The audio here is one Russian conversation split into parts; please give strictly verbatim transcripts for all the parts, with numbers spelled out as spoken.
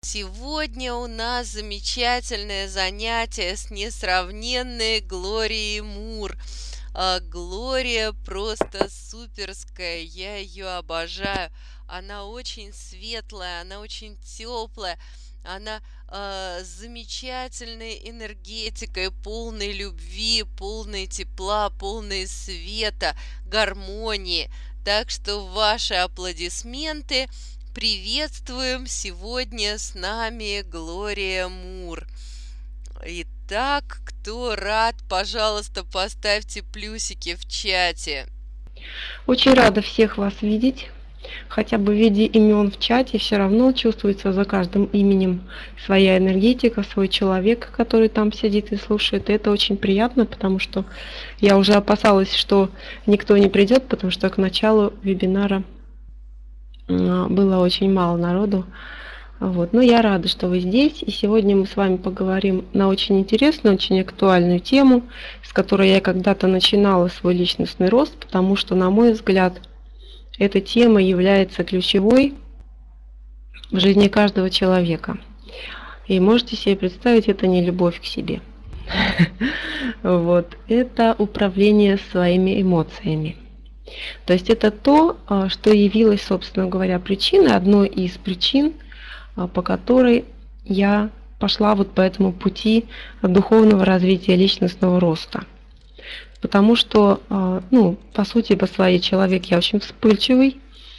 Сегодня у нас замечательное занятие с несравненной Глорией Мур. А, Глория просто суперская, я ее обожаю. Она очень светлая, она очень теплая, она а, с замечательной энергетикой, полной любви, полной тепла, полной света, гармонии. Так что ваши аплодисменты. Приветствуем! Сегодня с нами Глория Мур. Итак, кто рад, пожалуйста, поставьте плюсики в чате. Очень рада всех вас видеть. Хотя бы в виде имен в чате все равно чувствуется за каждым именем своя энергетика, свой человек, который там сидит и слушает. И это очень приятно, потому что я уже опасалась, что никто не придет, потому что к началу вебинара было очень мало народу. Вот. Но я рада, что вы здесь, и сегодня мы с вами поговорим на очень интересную, очень актуальную тему, с которой я когда-то начинала свой личностный рост, потому что, на мой взгляд, эта тема является ключевой в жизни каждого человека. И можете себе представить, это не любовь к себе. Вот. Это управление своими эмоциями. То есть это то, что явилось, собственно говоря, причиной, одной из причин, по которой я пошла вот по этому пути духовного развития, личностного роста. Потому что, ну, по сути, по своей человек я очень вспыльчивый,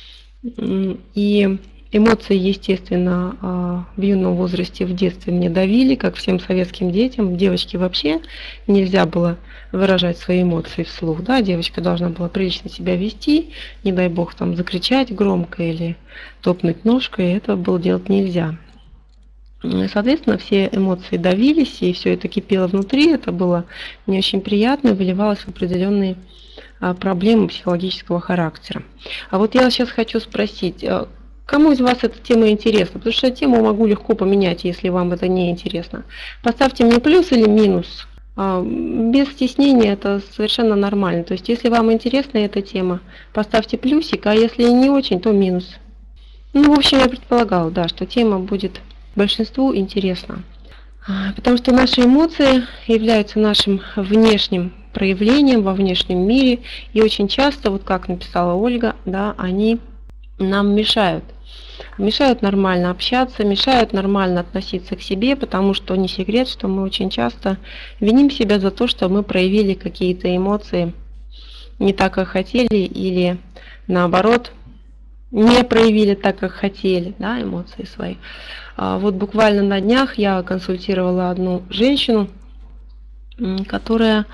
и эмоции, естественно, в юном возрасте, в детстве мне давили, как всем советским детям. Девочке вообще нельзя было выражать свои эмоции вслух, да, девочка должна была прилично себя вести, не дай бог там закричать громко или топнуть ножкой, этого было делать нельзя. Соответственно, все эмоции давились, и все это кипело внутри, это было не очень приятно, выливалось в определенные проблемы психологического характера. А вот я сейчас хочу спросить, кому из вас эта тема интересна? Потому что тему могу легко поменять, если вам это не интересно. Поставьте мне плюс или минус. Без стеснения, это совершенно нормально. То есть, если вам интересна эта тема, поставьте плюсик, а если не очень, то минус. Ну, в общем, я предполагала, да, что тема будет большинству интересна. Потому что наши эмоции являются нашим внешним проявлением во внешнем мире. И очень часто, вот как написала Ольга, да, они нам мешают. Мешают нормально общаться, мешают нормально относиться к себе, потому что не секрет, что мы очень часто виним себя за то, что мы проявили какие-то эмоции не так, как хотели, или наоборот, не проявили так, как хотели, да, эмоции свои. Вот буквально на днях я консультировала одну женщину, которая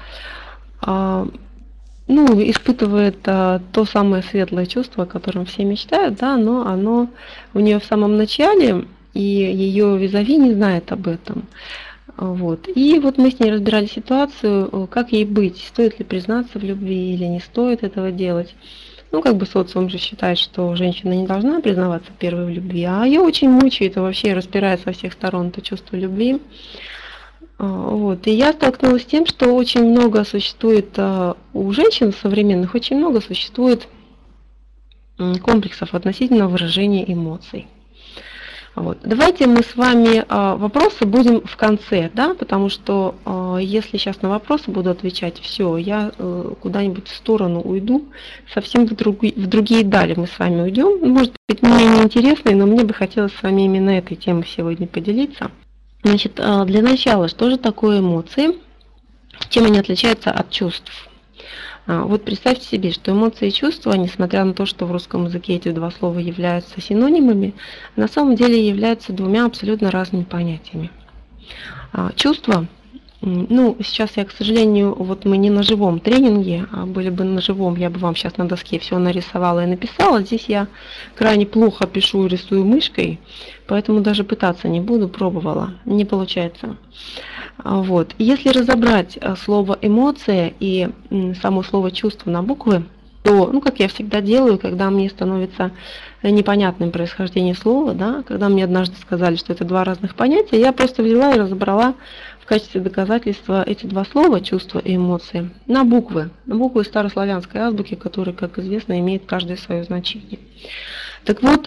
ну, испытывает а, то самое светлое чувство, о котором все мечтают, да, но оно у нее в самом начале, и ее визави не знает об этом. Вот. И вот мы с ней разбирали ситуацию, как ей быть, стоит ли признаться в любви или не стоит этого делать. Ну, как бы социум же считает, что женщина не должна признаваться первой в любви, а ее очень мучает, и вообще распирает со всех сторон это чувство любви. Вот. И я столкнулась с тем, что очень много существует у женщин современных, очень много существует комплексов относительно выражения эмоций. Вот. Давайте мы с вами вопросы будем в конце, да, потому что если сейчас на вопросы буду отвечать, все, я куда-нибудь в сторону уйду, совсем в другие, в другие дали мы с вами уйдем. Может быть, мне неинтересные, но мне бы хотелось с вами именно этой темой сегодня поделиться. Значит, для начала, что же такое эмоции? Чем они отличаются от чувств? Вот представьте себе, что эмоции и чувства, несмотря на то, что в русском языке эти два слова являются синонимами, на самом деле являются двумя абсолютно разными понятиями. Чувства, ну, сейчас я, к сожалению, вот мы не на живом тренинге, а были бы на живом, я бы вам сейчас на доске все нарисовала и написала. Здесь я крайне плохо пишу и рисую мышкой, поэтому даже пытаться не буду, пробовала, не получается. Вот. Если разобрать слово «эмоция» и само слово «чувство» на буквы, то, ну, как я всегда делаю, когда мне становится непонятным происхождение слова, да, когда мне однажды сказали, что это два разных понятия, я просто взяла и разобрала в качестве доказательства эти два слова «чувство» и «эмоции» на буквы, на буквы старославянской азбуки, которые, как известно, имеют каждое свое значение. Так вот,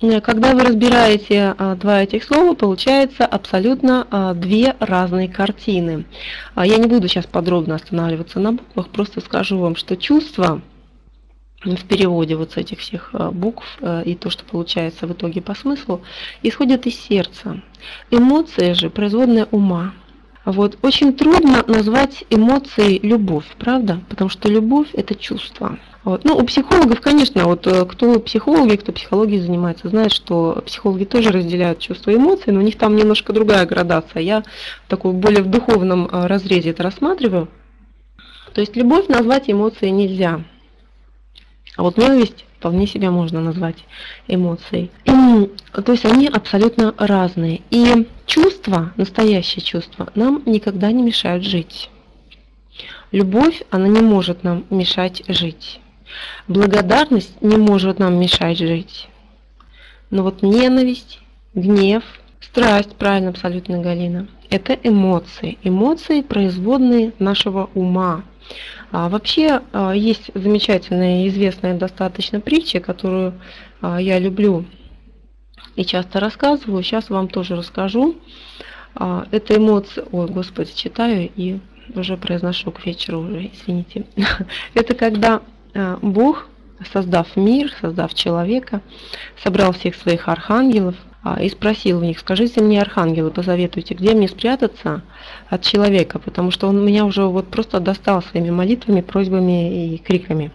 э, когда вы разбираете а, два этих слова, получается абсолютно а, две разные картины. А, Я не буду сейчас подробно останавливаться на буквах, просто скажу вам, что чувство в переводе вот с этих всех а, букв а, и то, что получается в итоге по смыслу, исходит из сердца. Эмоции же производная ума. Вот очень трудно назвать эмоцией любовь, правда? Потому что любовь – это чувство. Вот. Ну, у психологов, конечно, вот э, кто психологи, кто психологией занимается, знает, что психологи тоже разделяют чувства и эмоции, но у них там немножко другая градация. Я в такой более в духовном э, разрезе это рассматриваю. То есть любовь назвать эмоцией нельзя. А вот ненависть вполне себя можно назвать эмоцией. И, то есть они абсолютно разные. И чувства, настоящие чувства, нам никогда не мешают жить. Любовь, она не может нам мешать жить. Благодарность не может нам мешать жить. Но вот ненависть, гнев, страсть, правильно, абсолютно, Галина, это эмоции. Эмоции производные нашего ума. А вообще а, есть замечательная и известная достаточно притча, которую а, я люблю и часто рассказываю. Сейчас вам тоже расскажу. А, это эмоции... Ой, Господи, читаю и уже произношу к вечеру уже, извините. Это когда а, Бог, создав мир, создав человека, собрал всех своих архангелов, и спросил у них: скажите мне, архангелы, посоветуйте, где мне спрятаться от человека, потому что он меня уже вот просто достал своими молитвами, просьбами и криками.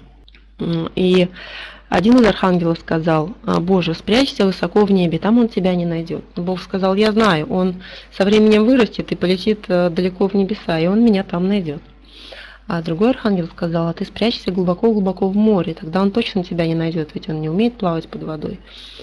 И один из архангелов сказал: Боже, спрячься высоко в небе, там он тебя не найдет. Бог сказал: я знаю, он со временем вырастет и полетит далеко в небеса, и он меня там найдет. А другой архангел сказал: а ты спрячься глубоко-глубоко в море, тогда он точно тебя не найдет, ведь он не умеет плавать под водой.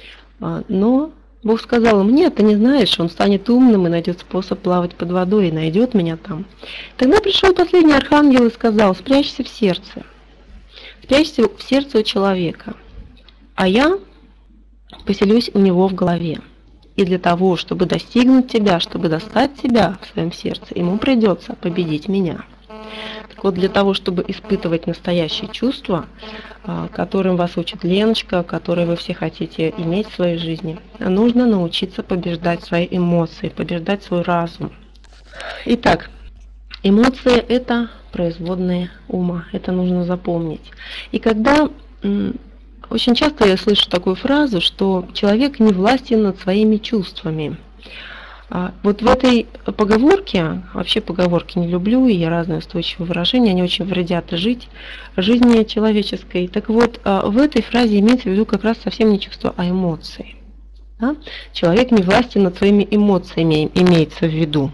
Но Бог сказал ему: нет, ты не знаешь, он станет умным и найдет способ плавать под водой и найдет меня там. Тогда пришел последний архангел и сказал: спрячься в сердце. Спрячься в сердце у человека, а я поселюсь у него в голове. И для того, чтобы достигнуть тебя, чтобы достать тебя в своем сердце, ему придется победить меня. Так вот, для того, чтобы испытывать настоящие чувства, которым вас учит Леночка, которые вы все хотите иметь в своей жизни, нужно научиться побеждать свои эмоции, побеждать свой разум. Итак, эмоции – это производные ума, это нужно запомнить. И когда очень часто я слышу такую фразу, что человек не властен над своими чувствами. Вот в этой поговорке, вообще поговорки не люблю, и я разные устойчивые выражения, они очень вредят жить, жизни человеческой. Так вот, в этой фразе имеется в виду как раз совсем не чувство, а эмоции. Да? Человек не властен над своими эмоциями, имеется в виду.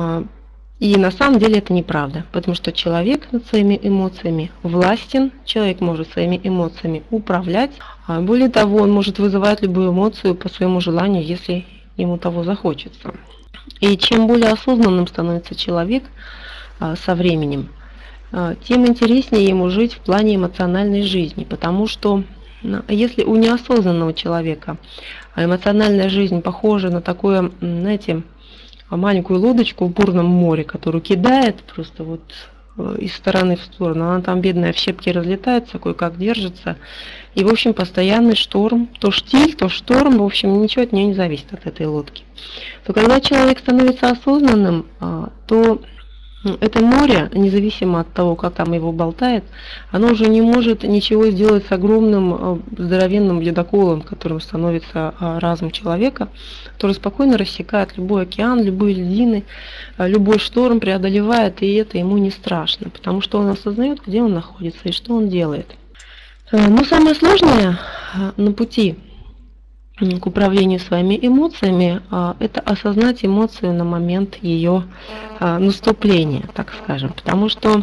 И на самом деле это неправда, потому что человек над своими эмоциями властен, человек может своими эмоциями управлять. Более того, он может вызывать любую эмоцию по своему желанию, если ему того захочется. И чем более осознанным становится человек а, со временем, а, тем интереснее ему жить в плане эмоциональной жизни, потому что а, если у неосознанного человека эмоциональная жизнь похожа на такое, знаете, маленькую лодочку в бурном море, которую кидает просто вот из стороны в сторону, она там бедная в щепки разлетается, кое-как держится. И, в общем, постоянный шторм, то штиль, то шторм, в общем, ничего от нее не зависит, от этой лодки. То когда человек становится осознанным, то это море, независимо от того, как там его болтает, оно уже не может ничего сделать с огромным здоровенным ледоколом, которым становится разум человека, который спокойно рассекает любой океан, любые льдины, любой шторм преодолевает, и это ему не страшно, потому что он осознает, где он находится и что он делает. Но самое сложное на пути к управлению своими эмоциями – это осознать эмоцию на момент ее наступления, так скажем. Потому что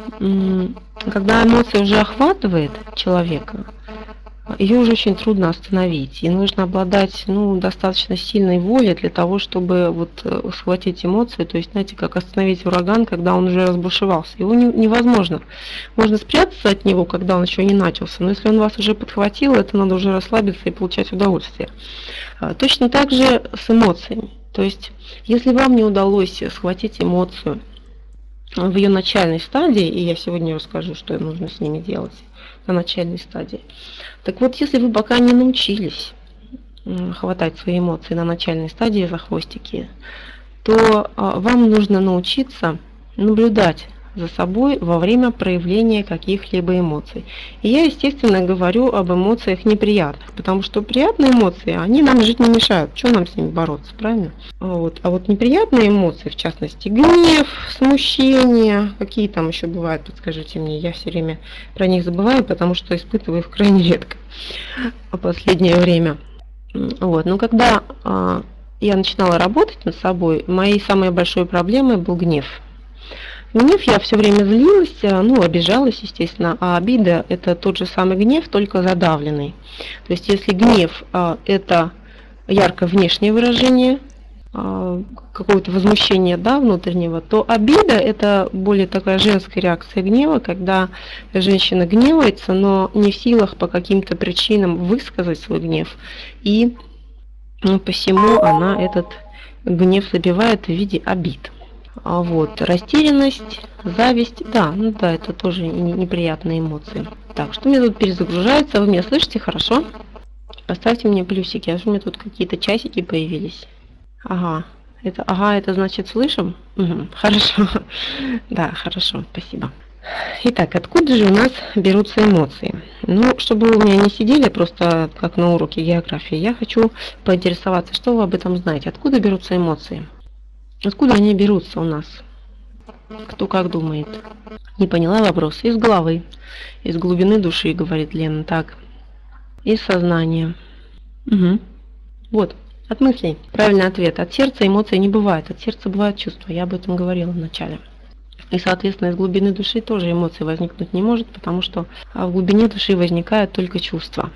когда эмоция уже охватывает человека, ее уже очень трудно остановить. И нужно обладать ну, достаточно сильной волей для того, чтобы вот схватить эмоции. То есть, знаете, как остановить ураган, когда он уже разбушевался. Его не, невозможно. Можно спрятаться от него, когда он еще не начался. Но если он вас уже подхватил, это надо уже расслабиться и получать удовольствие. Точно так же с эмоциями. То есть, если вам не удалось схватить эмоцию в ее начальной стадии, и я сегодня расскажу, что нужно с ними делать на начальной стадии. Так вот, если вы пока не научились хватать свои эмоции на начальной стадии за хвостики, то вам нужно научиться наблюдать за собой во время проявления каких-либо эмоций. И я, естественно, говорю об эмоциях неприятных, потому что приятные эмоции, они нам жить не мешают. Что нам с ними бороться, правильно? Вот. А вот неприятные эмоции, в частности, гнев, смущение, какие там еще бывают, подскажите мне, я все время про них забываю, потому что испытываю их крайне редко в последнее время. Вот. Но когда а, я начинала работать над собой, моей самой большой проблемой был гнев. Гнев, я все время злилась, ну, обижалась, естественно, а обида – это тот же самый гнев, только задавленный. То есть, если гнев а, – это ярко внешнее выражение а, какого-то возмущения, да, внутреннего, то обида – это более такая женская реакция гнева, когда женщина гневается, но не в силах по каким-то причинам высказать свой гнев, и ну, посему она этот гнев забивает в виде обид. А вот растерянность, зависть, да, ну да, это тоже неприятные эмоции. Так, что у меня тут перезагружается? Вы меня слышите хорошо? Поставьте мне плюсики, а что у меня тут какие-то часики появились? Ага, это, ага, это значит слышим? Угу, хорошо, да, хорошо, спасибо. Итак, откуда же у нас берутся эмоции? Ну, чтобы вы у меня не сидели просто как на уроке географии, я хочу поинтересоваться, что вы об этом знаете. Откуда берутся эмоции? Откуда они берутся у нас? Кто как думает? Не поняла вопрос. Из головы, из глубины души, говорит Лена. Так, из сознания. Угу. Вот, от мыслей. Правильный ответ. От сердца эмоций не бывает. От сердца бывают чувства. Я об этом говорила в начале. И, соответственно, из глубины души тоже эмоции возникнуть не может, потому что в глубине души возникают только чувства.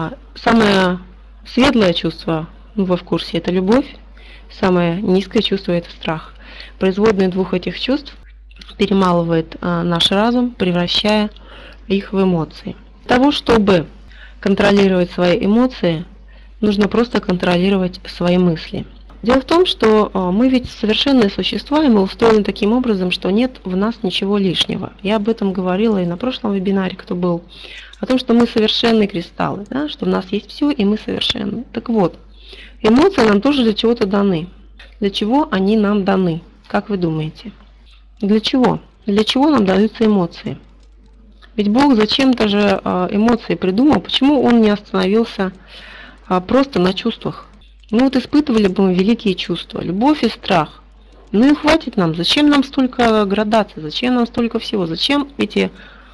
Самое светлое чувство, ну, вы в курсе, это любовь. Самое низкое чувство – это страх. Производные двух этих чувств перемалывает а, наш разум, превращая их в эмоции. Для того, чтобы контролировать свои эмоции, нужно просто контролировать свои мысли. Дело в том, что а, мы ведь совершенные существа, и мы устроены таким образом, что нет в нас ничего лишнего. Я об этом говорила и на прошлом вебинаре, кто был, о том, что мы совершенные кристаллы, да, что в нас есть все, и мы совершенны. Так вот, эмоции нам тоже для чего-то даны. Для чего они нам даны? Как вы думаете? Для чего? Для чего нам даются эмоции? Ведь Бог зачем-то же эмоции придумал. Почему Он не остановился просто на чувствах? Ну вот испытывали бы мы великие чувства, любовь и страх. Ну и хватит нам. Зачем нам столько градаций? Зачем нам столько всего? Зачем эти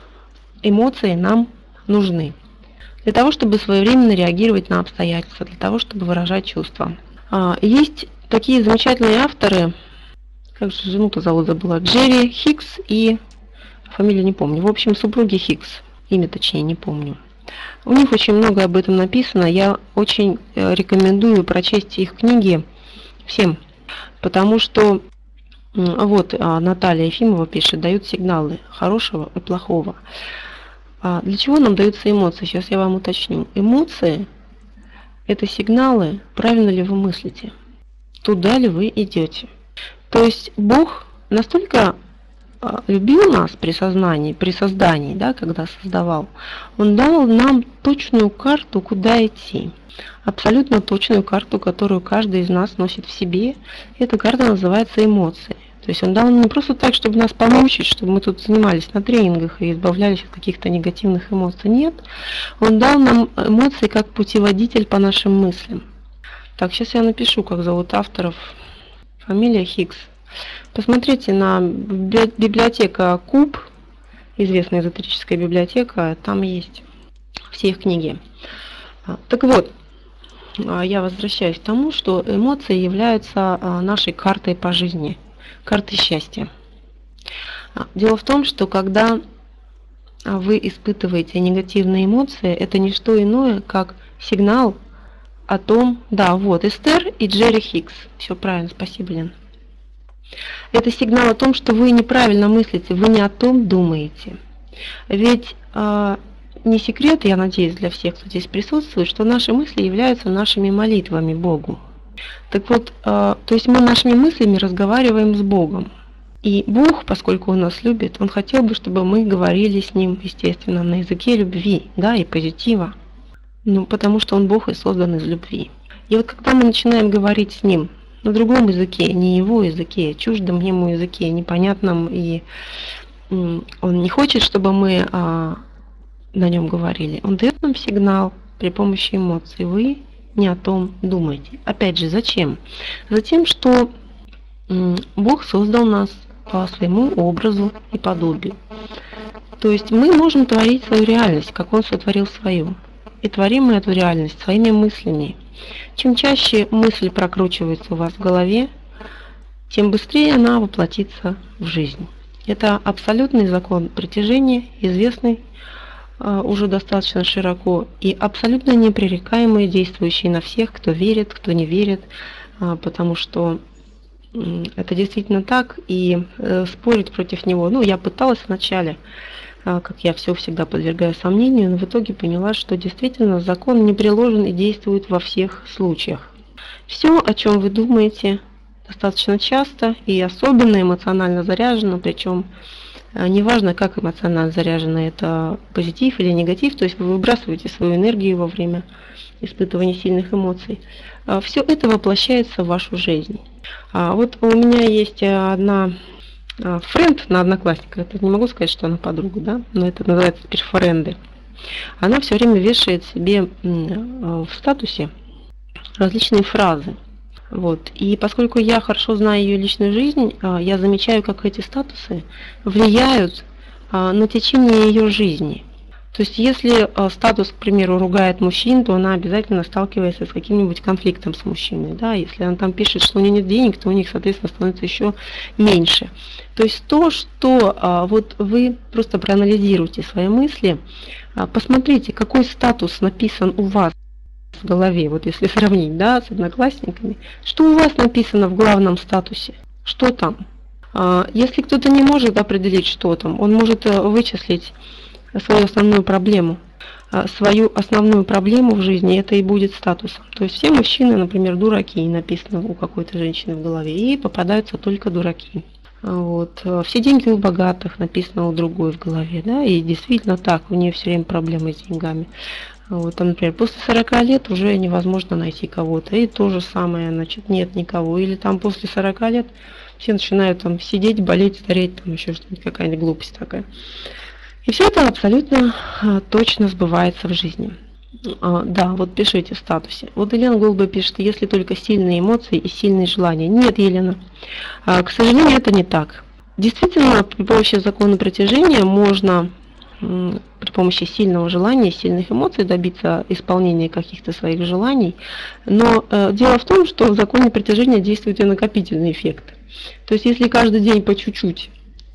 эмоции нам нужны? Для того, чтобы своевременно реагировать на обстоятельства, для того, чтобы выражать чувства. Есть такие замечательные авторы, как же жену-то зовут, забыла, Джерри Хикс и фамилию не помню. В общем, супруги Хикс, имя точнее не помню. У них очень много об этом написано. Я очень рекомендую прочесть их книги всем, потому что вот Наталья Ефимова пишет, дают сигналы хорошего и плохого. А для чего нам даются эмоции? Сейчас я вам уточню. Эмоции – это сигналы, правильно ли вы мыслите, туда ли вы идете. То есть Бог настолько любил нас при сознании, при создании, да, когда создавал, Он дал нам точную карту, куда идти. Абсолютно точную карту, которую каждый из нас носит в себе. Эта карта называется эмоции. То есть Он дал нам не просто так, чтобы нас помучить, чтобы мы тут занимались на тренингах и избавлялись от каких-то негативных эмоций. Нет. Он дал нам эмоции как путеводитель по нашим мыслям. Так, сейчас я напишу, как зовут авторов. Фамилия Хикс. Посмотрите на библиотека Куб, известная эзотерическая библиотека, там есть все их книги. Так вот, я возвращаюсь к тому, что эмоции являются нашей картой по жизни, картой счастья. Дело в том, что когда вы испытываете негативные эмоции, это не что иное, как сигнал о том, да, вот, Эстер и Джерри Хикс. Все правильно, спасибо, Лен. Это сигнал о том, что вы неправильно мыслите, вы не о том думаете. Ведь э, не секрет, я надеюсь, для всех, кто здесь присутствует, что наши мысли являются нашими молитвами Богу. Так вот, э, то есть мы нашими мыслями разговариваем с Богом. И Бог, поскольку Он нас любит, Он хотел бы, чтобы мы говорили с Ним, естественно, на языке любви, да, и позитива. Ну, потому что Он Бог и создан из любви. И вот когда мы начинаем говорить с ним на другом языке, не его языке, чуждом ему языке, непонятном, и он не хочет, чтобы мы а, на нем говорили, он дает нам сигнал при помощи эмоций. Вы не о том думаете. Опять же, зачем? Затем, что Бог создал нас по своему образу и подобию. То есть мы можем творить свою реальность, как Он сотворил свою. И творим мы эту реальность своими мыслями. Чем чаще мысль прокручивается у вас в голове, тем быстрее она воплотится в жизнь. Это абсолютный закон притяжения, известный uh, уже достаточно широко, и абсолютно непререкаемый, действующий на всех, кто верит, кто не верит, uh, потому что это действительно так, и э, спорить против него, ну, я пыталась вначале, э, как я все всегда подвергаю сомнению, но в итоге поняла, что действительно закон не приложен и действует во всех случаях. Все, о чем вы думаете, достаточно часто и особенно эмоционально заряжено, причем э, неважно, как эмоционально заряжено, это позитив или негатив, то есть вы выбрасываете свою энергию во время испытывания сильных эмоций. Э, все это воплощается в вашу жизнь. А вот у меня есть одна френд на Одноклассниках, это не могу сказать, что она подруга, да, но это называется теперь френды. Она все время вешает себе в статусе различные фразы. Вот. И поскольку я хорошо знаю ее личную жизнь, я замечаю, как эти статусы влияют на течение ее жизни. То есть, если статус, к примеру, ругает мужчин, то она обязательно сталкивается с каким-нибудь конфликтом с мужчиной. Да? Если она там пишет, что у нее нет денег, то у них, соответственно, становится еще меньше. То есть то, что а, вот вы просто проанализируете свои мысли, а, посмотрите, какой статус написан у вас в голове, вот если сравнить, да, с Одноклассниками, что у вас написано в главном статусе, что там. А, если кто-то не может определить, что там, он может вычислить свою основную проблему. Свою основную проблему в жизни это и будет статусом. То есть все мужчины, например, дураки, написано у какой-то женщины в голове, и попадаются только дураки. Вот. Все деньги у богатых, написано у другой в голове, да, и действительно так, у нее все время проблемы с деньгами. Вот, там, например, после сорока лет уже невозможно найти кого-то, и то же самое, значит, нет никого. Или там после сорока лет все начинают там сидеть, болеть, стареть, там еще что-нибудь, какая-нибудь глупость такая. И все это абсолютно а, точно сбывается в жизни. А, да, вот пишите в статусе. Вот Елена Голубая пишет, если только сильные эмоции и сильные желания. Нет, Елена, а, к сожалению, это не так. Действительно, при помощи закона притяжения можно м, при помощи сильного желания, сильных эмоций добиться исполнения каких-то своих желаний. Но э, дело в том, что в законе притяжения действует и накопительный эффект. То есть, если каждый день по чуть-чуть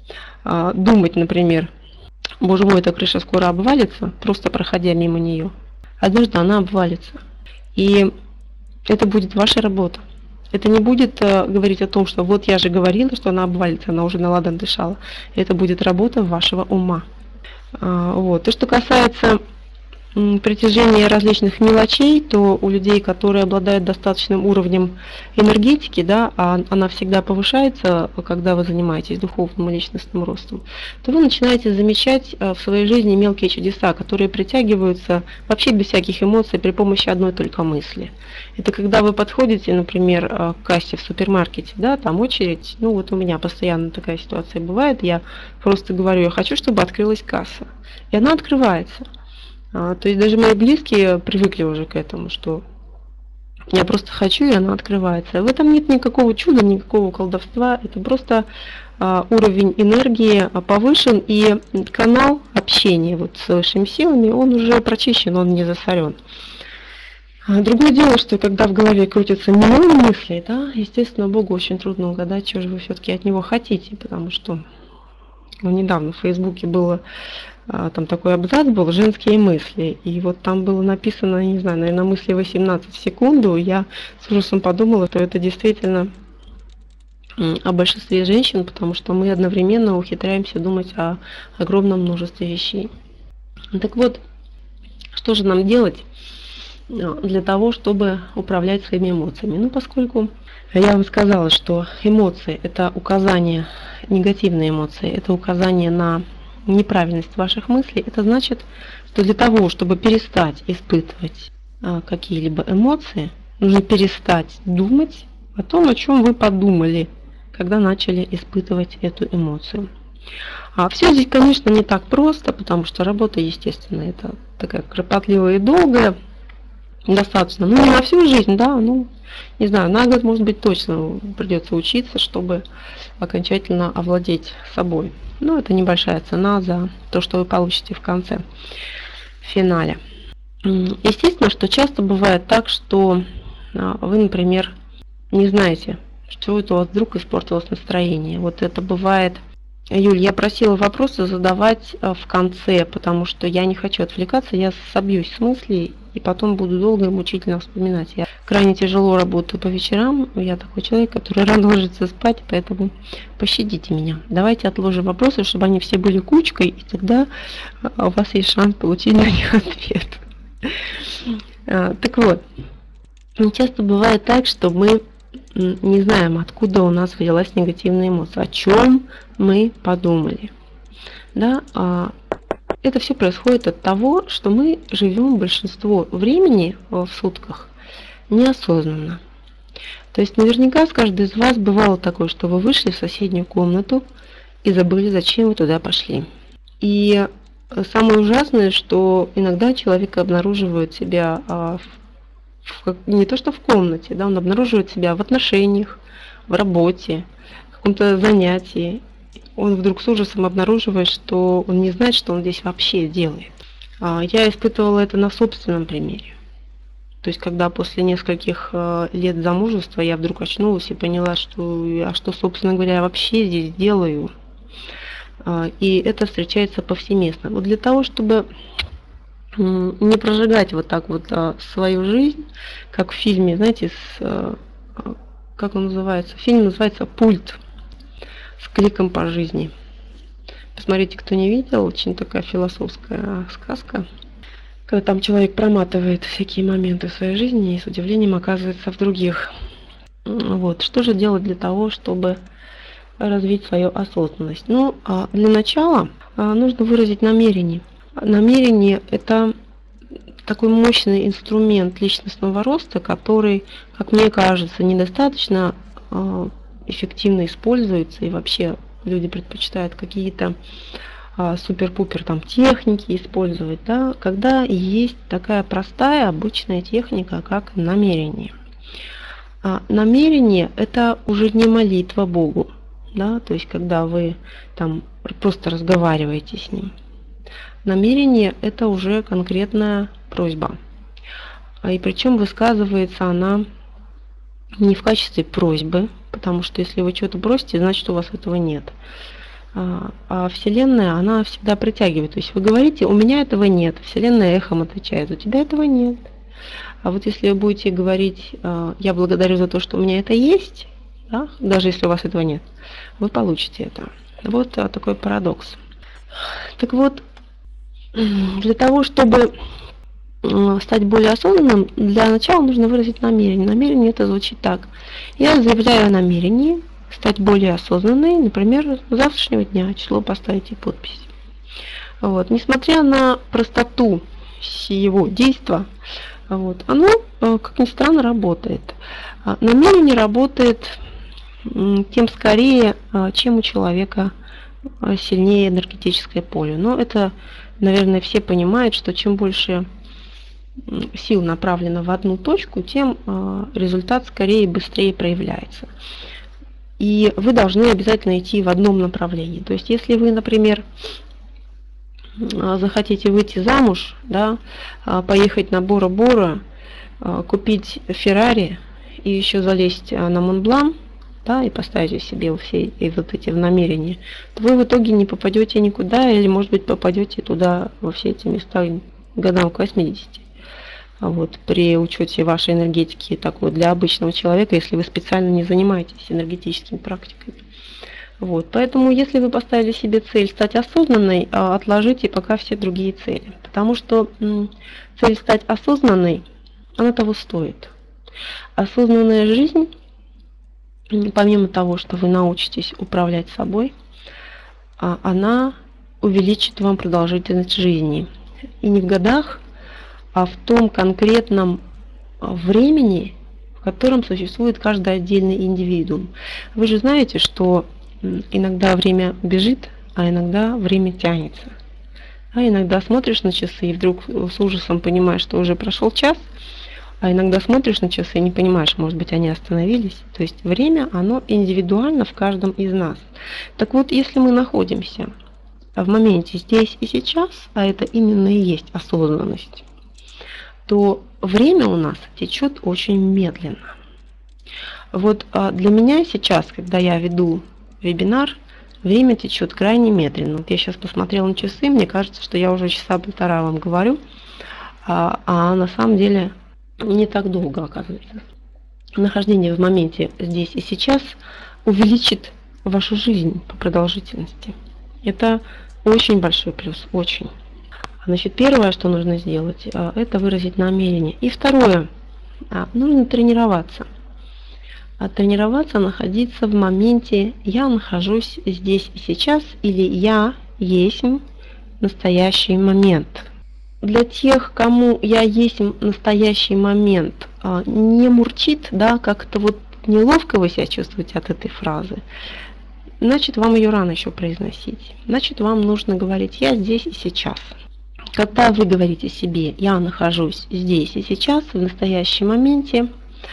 э, думать, например, боже мой, эта крыша скоро обвалится, просто проходя мимо нее. Однажды она обвалится. И это будет ваша работа. Это не будет э, говорить о том, что вот я же говорила, что она обвалится, она уже на ладан дышала. Это будет работа вашего ума. А, вот. И что касается притяжения различных мелочей, то у людей, которые обладают достаточным уровнем энергетики, да, а она всегда повышается, когда вы занимаетесь духовным и личностным ростом, то вы начинаете замечать в своей жизни мелкие чудеса, которые притягиваются вообще без всяких эмоций при помощи одной только мысли. Это когда вы подходите, например, к кассе в супермаркете, да, там очередь, ну вот у меня постоянно такая ситуация бывает, я просто говорю, я хочу, чтобы открылась касса, и она открывается. А, то есть даже мои близкие привыкли уже к этому, что я просто хочу, и она открывается. В этом нет никакого чуда, никакого колдовства. Это просто а, уровень энергии повышен, и канал общения вот с высшими силами, он уже прочищен, он не засорен. А другое дело, что когда в голове крутятся миллионы мыслей, да, естественно, Богу очень трудно угадать, что же вы все-таки от него хотите, потому что ну, недавно в Фейсбуке было там такой абзац был «Женские мысли». И вот там было написано, не знаю, наверное, мысли восемнадцать в секунду. Я с ужасом подумала, что это действительно о большинстве женщин, потому что мы одновременно ухитряемся думать о огромном множестве вещей. Так вот, что же нам делать для того, чтобы управлять своими эмоциями? Ну, поскольку я вам сказала, что эмоции – это указание, негативные эмоции – это указание на неправильность ваших мыслей, это значит, что для того, чтобы перестать испытывать а, какие-либо эмоции, нужно перестать думать о том, о чем вы подумали, когда начали испытывать эту эмоцию. А все здесь, конечно, не так просто, потому что работа, естественно, это такая кропотливая и долгая, достаточно, ну, не на всю жизнь, да, ну, не знаю, на год, может быть, точно придется учиться, чтобы окончательно овладеть собой. Ну, это небольшая цена за то, что вы получите в конце, в финале. Естественно, что часто бывает так, что вы, например, не знаете, что это у вас вдруг испортилось настроение. Вот это бывает. Юль, я просила вопросы задавать в конце, потому что я не хочу отвлекаться, я собьюсь с мыслей и потом буду долго и мучительно вспоминать. Я крайне тяжело работаю по вечерам, я такой человек, который рано ложится спать, поэтому пощадите меня. Давайте отложим вопросы, чтобы они все были кучкой, и тогда у вас есть шанс получить на них ответ. Так вот, часто бывает так, что мы не знаем, откуда у нас взялась негативная эмоция, о чем мы подумали. Да? Это все происходит от того, что мы живем большинство времени в сутках неосознанно. То есть наверняка с каждой из вас бывало такое, что вы вышли в соседнюю комнату и забыли, зачем вы туда пошли. И самое ужасное, что иногда человек обнаруживает себя в В, не то что в комнате, да, он обнаруживает себя в отношениях, в работе, в каком-то занятии. Он вдруг с ужасом обнаруживает, что он не знает, что он здесь вообще делает. Я испытывала это на собственном примере. То есть, когда после нескольких лет замужества я вдруг очнулась и поняла, что, а что, собственно говоря, я вообще здесь делаю. И это встречается повсеместно. Вот для того, чтобы не прожигать вот так вот а, свою жизнь, как в фильме, знаете, с, а, как он называется? Фильм называется «Пульт» с кликом по жизни. Посмотрите, кто не видел, очень такая философская сказка, когда там человек проматывает всякие моменты в своей жизни и с удивлением оказывается в других. Вот. Что же делать для того, чтобы развить свою осознанность? Ну, а для начала а, нужно выразить намерение. Намерение – это такой мощный инструмент личностного роста, который, как мне кажется, недостаточно эффективно используется, и вообще люди предпочитают какие-то супер-пупер там техники использовать, да, когда есть такая простая обычная техника, как намерение. А намерение – это уже не молитва Богу, да, то есть когда вы там просто разговариваете с Ним. Намерение – это уже конкретная просьба. И причем высказывается она не в качестве просьбы, потому что если вы что-то просите, значит у вас этого нет. А Вселенная, она всегда притягивает. То есть вы говорите, у меня этого нет. Вселенная эхом отвечает, у тебя этого нет. А вот если вы будете говорить, я благодарю за то, что у меня это есть, да, даже если у вас этого нет, вы получите это. Вот такой парадокс. Так вот, для того, чтобы стать более осознанным, для начала нужно выразить намерение. Намерение это звучит так. Я заявляю о намерении стать более осознанной, например, с завтрашнего дня, число поставить и подпись. Вот. Несмотря на простоту его действия, вот, оно, как ни странно, работает. Намерение работает тем скорее, чем у человека сильнее энергетическое поле. Но это, наверное, все понимают, что чем больше сил направлено в одну точку, тем результат скорее и быстрее проявляется. И вы должны обязательно идти в одном направлении. То есть, если вы, например, захотите выйти замуж, да, поехать на Бора-Бора, купить Феррари и еще залезть на Монблан, да, и поставите себе все и вот эти намерения, то вы в итоге не попадете никуда, или, может быть, попадете туда, во все эти места годам к восьмидесяти. Вот, при учете вашей энергетики такой для обычного человека, если вы специально не занимаетесь энергетическими практиками. Вот, поэтому, если вы поставили себе цель стать осознанной, отложите пока все другие цели. Потому что цель стать осознанной, она того стоит. Осознанная жизнь, помимо того, что вы научитесь управлять собой, она увеличит вам продолжительность жизни. И не в годах, а в том конкретном времени в котором существует каждый отдельный индивидуум. Вы же знаете, что иногда время бежит, а иногда время тянется. А иногда смотришь на часы и вдруг с ужасом понимаешь, что уже прошел час, а иногда смотришь на часы и не понимаешь, может быть, они остановились. То есть время, оно индивидуально в каждом из нас. Так вот, если мы находимся в моменте здесь и сейчас, а это именно и есть осознанность, то время у нас течет очень медленно. Вот для меня сейчас, когда я веду вебинар, время течет крайне медленно. Вот я сейчас посмотрела на часы, мне кажется, что я уже часа полтора вам говорю, а, а на самом деле не так долго, оказывается. Нахождение в моменте здесь и сейчас увеличит вашу жизнь по продолжительности. Это очень большой плюс, очень. Значит, первое, что нужно сделать, это выразить намерение. И второе, нужно тренироваться. А тренироваться, находиться в моменте «я нахожусь здесь и сейчас» или «я есть настоящий момент». Для тех, кому «я есть настоящий момент» не мурчит, да, как-то вот неловко вы себя чувствуете от этой фразы, значит, вам ее рано еще произносить. Значит, вам нужно говорить «я здесь и сейчас». Когда вы говорите себе «я нахожусь здесь и сейчас», в настоящем моменте,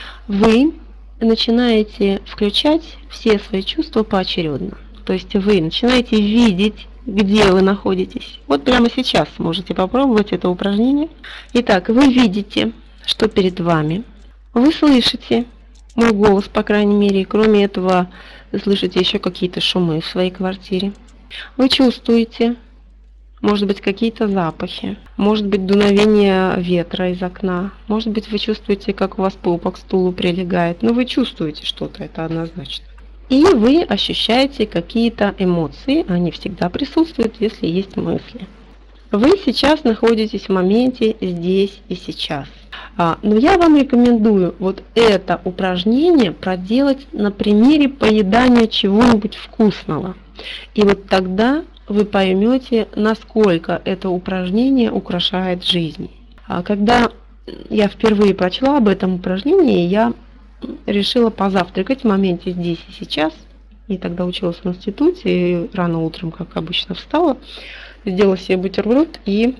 вы начинаете включать все свои чувства поочередно. То есть вы начинаете видеть, где вы находитесь. Вот прямо сейчас можете попробовать это упражнение. Итак, вы видите, что перед вами. Вы слышите мой голос, по крайней мере, и кроме этого слышите еще какие-то шумы в своей квартире. Вы чувствуете, может быть, какие-то запахи, может быть, дуновение ветра из окна, может быть, вы чувствуете, как у вас попа к стулу прилегает, но вы чувствуете что-то, это однозначно. И вы ощущаете какие-то эмоции, они всегда присутствуют, если есть мысли. Вы сейчас находитесь в моменте здесь и сейчас. Но я вам рекомендую вот это упражнение проделать на примере поедания чего-нибудь вкусного. И вот тогда вы поймете, насколько это упражнение украшает жизнь. Когда я впервые прочла об этом упражнении, я решила позавтракать в моменте здесь и сейчас. И тогда училась в институте, и рано утром, как обычно, встала, сделала себе бутерброд и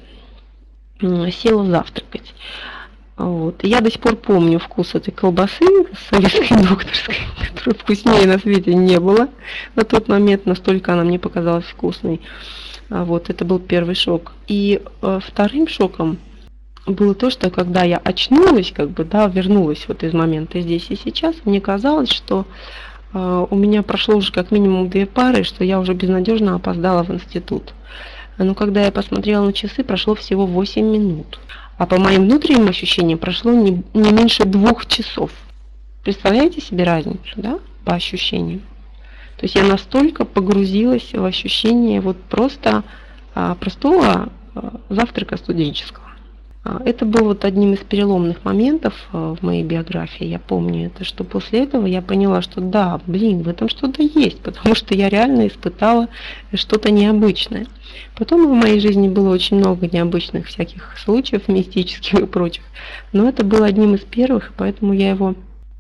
села завтракать. Вот. Я до сих пор помню вкус этой колбасы советской докторской, которой вкуснее на свете не было. На тот момент настолько она мне показалась вкусной. Вот. Это был первый шок. И э, вторым шоком было то, что когда я очнулась, как бы, да, вернулась вот из момента здесь и сейчас, мне казалось, что э, у меня прошло уже как минимум две пары, что я уже безнадежно опоздала в институт. Но когда я посмотрела на часы, прошло всего восемь минут. А по моим внутренним ощущениям прошло не, не меньше двух часов. Представляете себе разницу, да, по ощущениям? То есть я настолько погрузилась в ощущение вот просто а, простого а, завтрака студенческого. А, это был вот одним из переломных моментов а, в моей биографии, я помню это, что после этого я поняла, что да, блин, в этом что-то есть, потому что я реально испытала что-то необычное. Потом в моей жизни было очень много необычных всяких случаев, мистических и прочих, но это было одним из первых, поэтому я его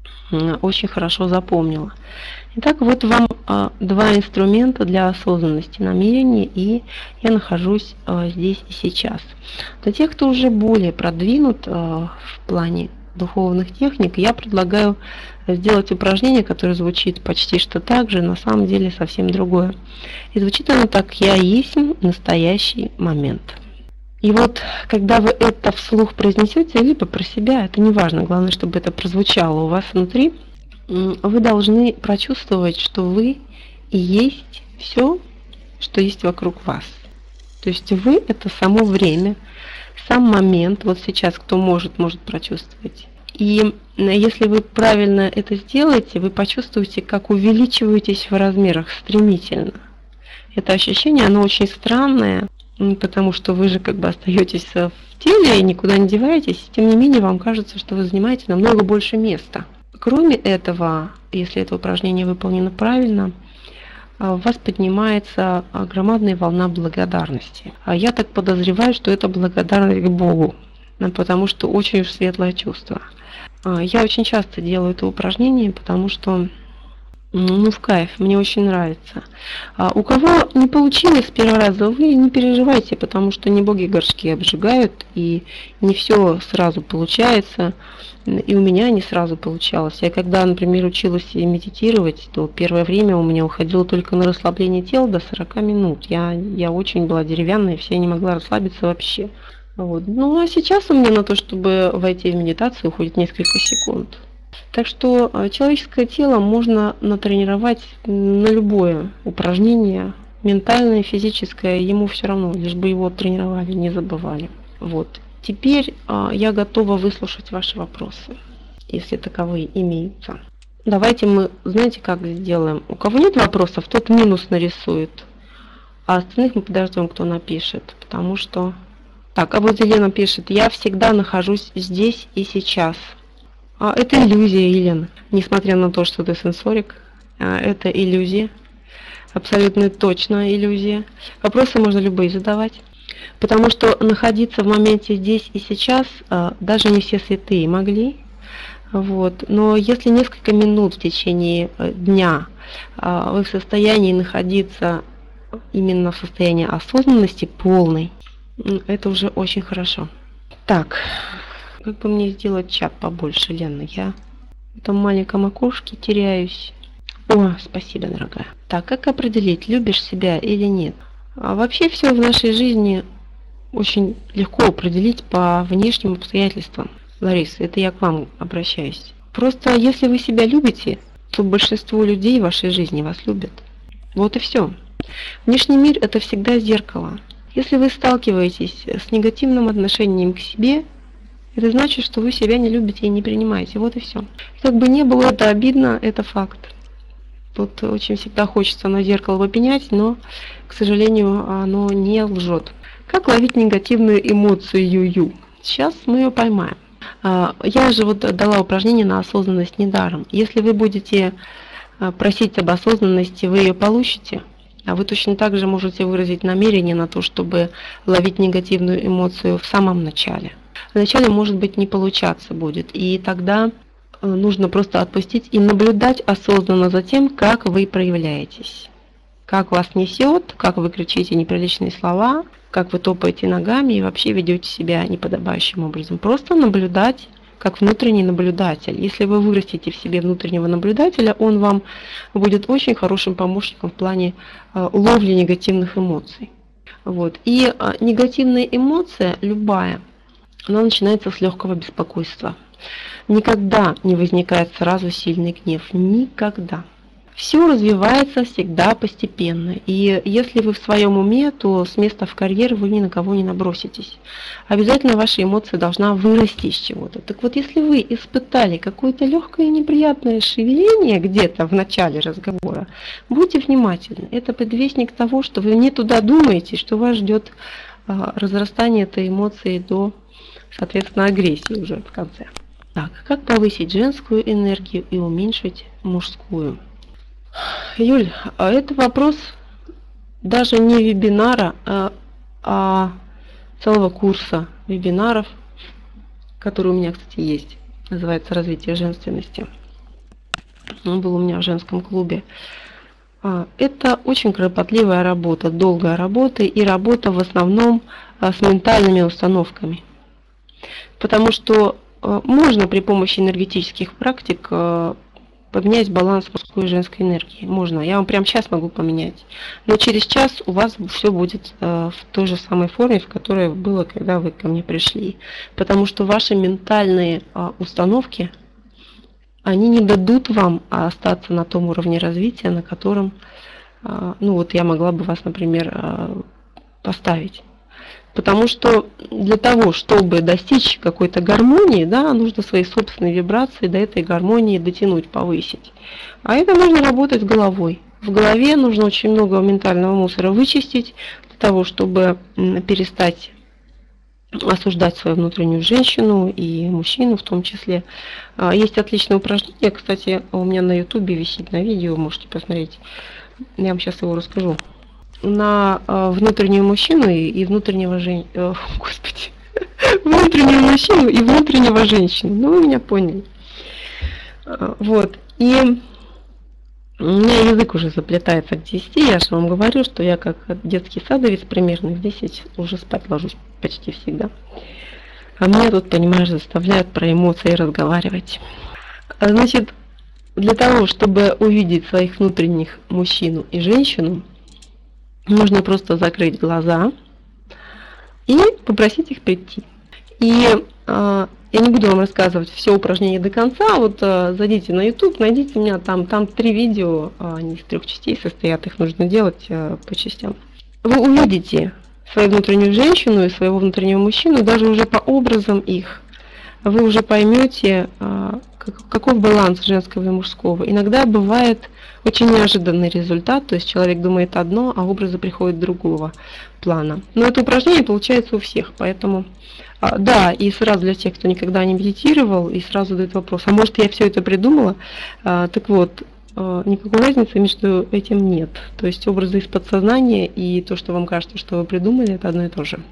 очень хорошо запомнила. Итак, вот вам а, два инструмента для осознанности намерения, и я нахожусь а, здесь и сейчас. Для тех, кто уже более продвинут а, в плане духовных техник, я предлагаю сделать упражнение, которое звучит почти что так же, на самом деле совсем другое. И звучит оно так: «Я есть настоящий момент». И вот, когда вы это вслух произнесете, либо про себя, это не важно, главное, чтобы это прозвучало у вас внутри, вы должны прочувствовать, что вы и есть все, что есть вокруг вас. То есть вы – это само время, сам момент, вот сейчас кто может, может прочувствовать. И если вы правильно это сделаете, вы почувствуете, как увеличиваетесь в размерах стремительно. Это ощущение, оно очень странное, потому что вы же как бы остаетесь в теле и никуда не деваетесь, тем не менее вам кажется, что вы занимаете намного больше места. Кроме этого, если это упражнение выполнено правильно, у вас поднимается громадная волна благодарности. А я так подозреваю, что это благодарность к Богу, потому что очень уж светлое чувство. А, Я очень часто делаю это упражнение, потому что ну, в кайф, мне очень нравится. А у кого не получилось с первого раза, вы не переживайте, потому что не боги горшки обжигают, и не все сразу получается. И у меня не сразу получалось. Я когда, например, училась медитировать, то первое время у меня уходило только на расслабление тела до сорока минут. Я, я очень была деревянная, все не могла расслабиться вообще. Вот. Ну а сейчас у меня на то, чтобы войти в медитацию, уходит несколько секунд. Так что э, человеческое тело можно натренировать на любое упражнение, ментальное, физическое, ему все равно, лишь бы его тренировали, не забывали. Вот. Теперь э, я готова выслушать ваши вопросы, если таковые имеются. Давайте мы, знаете, как сделаем? У кого нет вопросов, тот минус нарисует, а остальных мы подождем, кто напишет, потому что... Так, а вот Елена пишет, я всегда нахожусь здесь и сейчас. А, это иллюзия, Елена. Несмотря на то, что ты сенсорик, а, это иллюзия. Абсолютно точно иллюзия. Вопросы можно любые задавать. Потому что находиться в моменте здесь и сейчас а, даже не все святые могли. Вот. Но если несколько минут в течение дня а, вы в состоянии находиться именно в состоянии осознанности полной, это уже очень хорошо. Так. Как бы мне сделать чат побольше, Лена? Я в этом маленьком окошке теряюсь. О, спасибо, дорогая. Так, как определить, любишь себя или нет? А вообще все в нашей жизни очень легко определить по внешним обстоятельствам. Лариса, это я к вам обращаюсь. Просто если вы себя любите, то большинство людей в вашей жизни вас любят. Вот и все. Внешний мир – это всегда зеркало. Если вы сталкиваетесь с негативным отношением к себе, это значит, что вы себя не любите и не принимаете. Вот и все. Как бы не было это обидно, это факт. Тут очень всегда хочется на зеркало попенять, но, к сожалению, оно не лжет. Как ловить негативную эмоцию ю-ю? Сейчас мы ее поймаем. Я же вот дала упражнение на осознанность недаром. Если вы будете просить об осознанности, вы ее получите. А вы точно так же можете выразить намерение на то, чтобы ловить негативную эмоцию в самом начале. Вначале, может быть, не получаться будет, и тогда нужно просто отпустить и наблюдать осознанно за тем, как вы проявляетесь. Как вас несет, как вы кричите неприличные слова, как вы топаете ногами и вообще ведете себя неподобающим образом. Просто наблюдать, как внутренний наблюдатель. Если вы вырастите в себе внутреннего наблюдателя, он вам будет очень хорошим помощником в плане ловли негативных эмоций. Вот. И негативная эмоция, любая, она начинается с легкого беспокойства. Никогда не возникает сразу сильный гнев. Никогда. Все развивается всегда постепенно. И если вы в своем уме, то с места в карьер вы ни на кого не наброситесь. Обязательно ваша эмоция должна вырасти из чего-то. Так вот, если вы испытали какое-то легкое неприятное шевеление где-то в начале разговора, будьте внимательны. Это предвестник того, что вы не туда думаете, что вас ждет разрастание этой эмоции до, соответственно, агрессии уже в конце. Так, как повысить женскую энергию и уменьшить мужскую? Юль, а это вопрос даже не вебинара, а, а целого курса вебинаров, который у меня, кстати, есть. Называется «Развитие женственности». Он был у меня в женском клубе. Это очень кропотливая работа, долгая работа и работа в основном с ментальными установками. Потому что можно при помощи энергетических практик поменять баланс мужской и женской энергии. Можно. Я вам прямо сейчас могу поменять. Но через час у вас все будет в той же самой форме, в которой было, когда вы ко мне пришли. Потому что ваши ментальные установки, они не дадут вам остаться на том уровне развития, на котором, ну вот я могла бы вас, например, поставить. Потому что для того, чтобы достичь какой-то гармонии, да, нужно свои собственные вибрации до этой гармонии дотянуть, повысить. А это нужно работать с головой. В голове нужно очень много ментального мусора вычистить для того, чтобы перестать осуждать свою внутреннюю женщину и мужчину в том числе. Есть отличное упражнение, кстати, у меня на ютубе висит на видео, можете посмотреть. Я вам сейчас его расскажу. На внутреннюю мужчину и внутреннего жен... Господи, внутреннего внутреннего мужчину и внутреннего женщину. Ну, вы меня поняли. Вот. И у меня язык уже заплетается к десяти. Я же вам говорю, что я как детский садовец примерно в десять уже спать ложусь почти всегда. А меня тут, понимаешь, заставляют про эмоции разговаривать. Значит, для того, чтобы увидеть своих внутренних мужчину и женщину, нужно просто закрыть глаза и попросить их прийти. И э, я не буду вам рассказывать все упражнения до конца. Вот э, зайдите на YouTube, найдите меня там, там три видео, э, они из трех частей состоят, их нужно делать э, по частям. Вы увидите свою внутреннюю женщину и своего внутреннего мужчину, даже уже по образам их. Вы уже поймете, каков баланс женского и мужского. Иногда бывает очень неожиданный результат, то есть человек думает одно, а образы приходят другого плана. Но это упражнение получается у всех, поэтому да, и сразу для тех, кто никогда не медитировал, и сразу задает вопрос, а может я все это придумала? Так вот, никакой разницы между этим нет. То есть образы из подсознания и то, что вам кажется, что вы придумали, это одно и то же.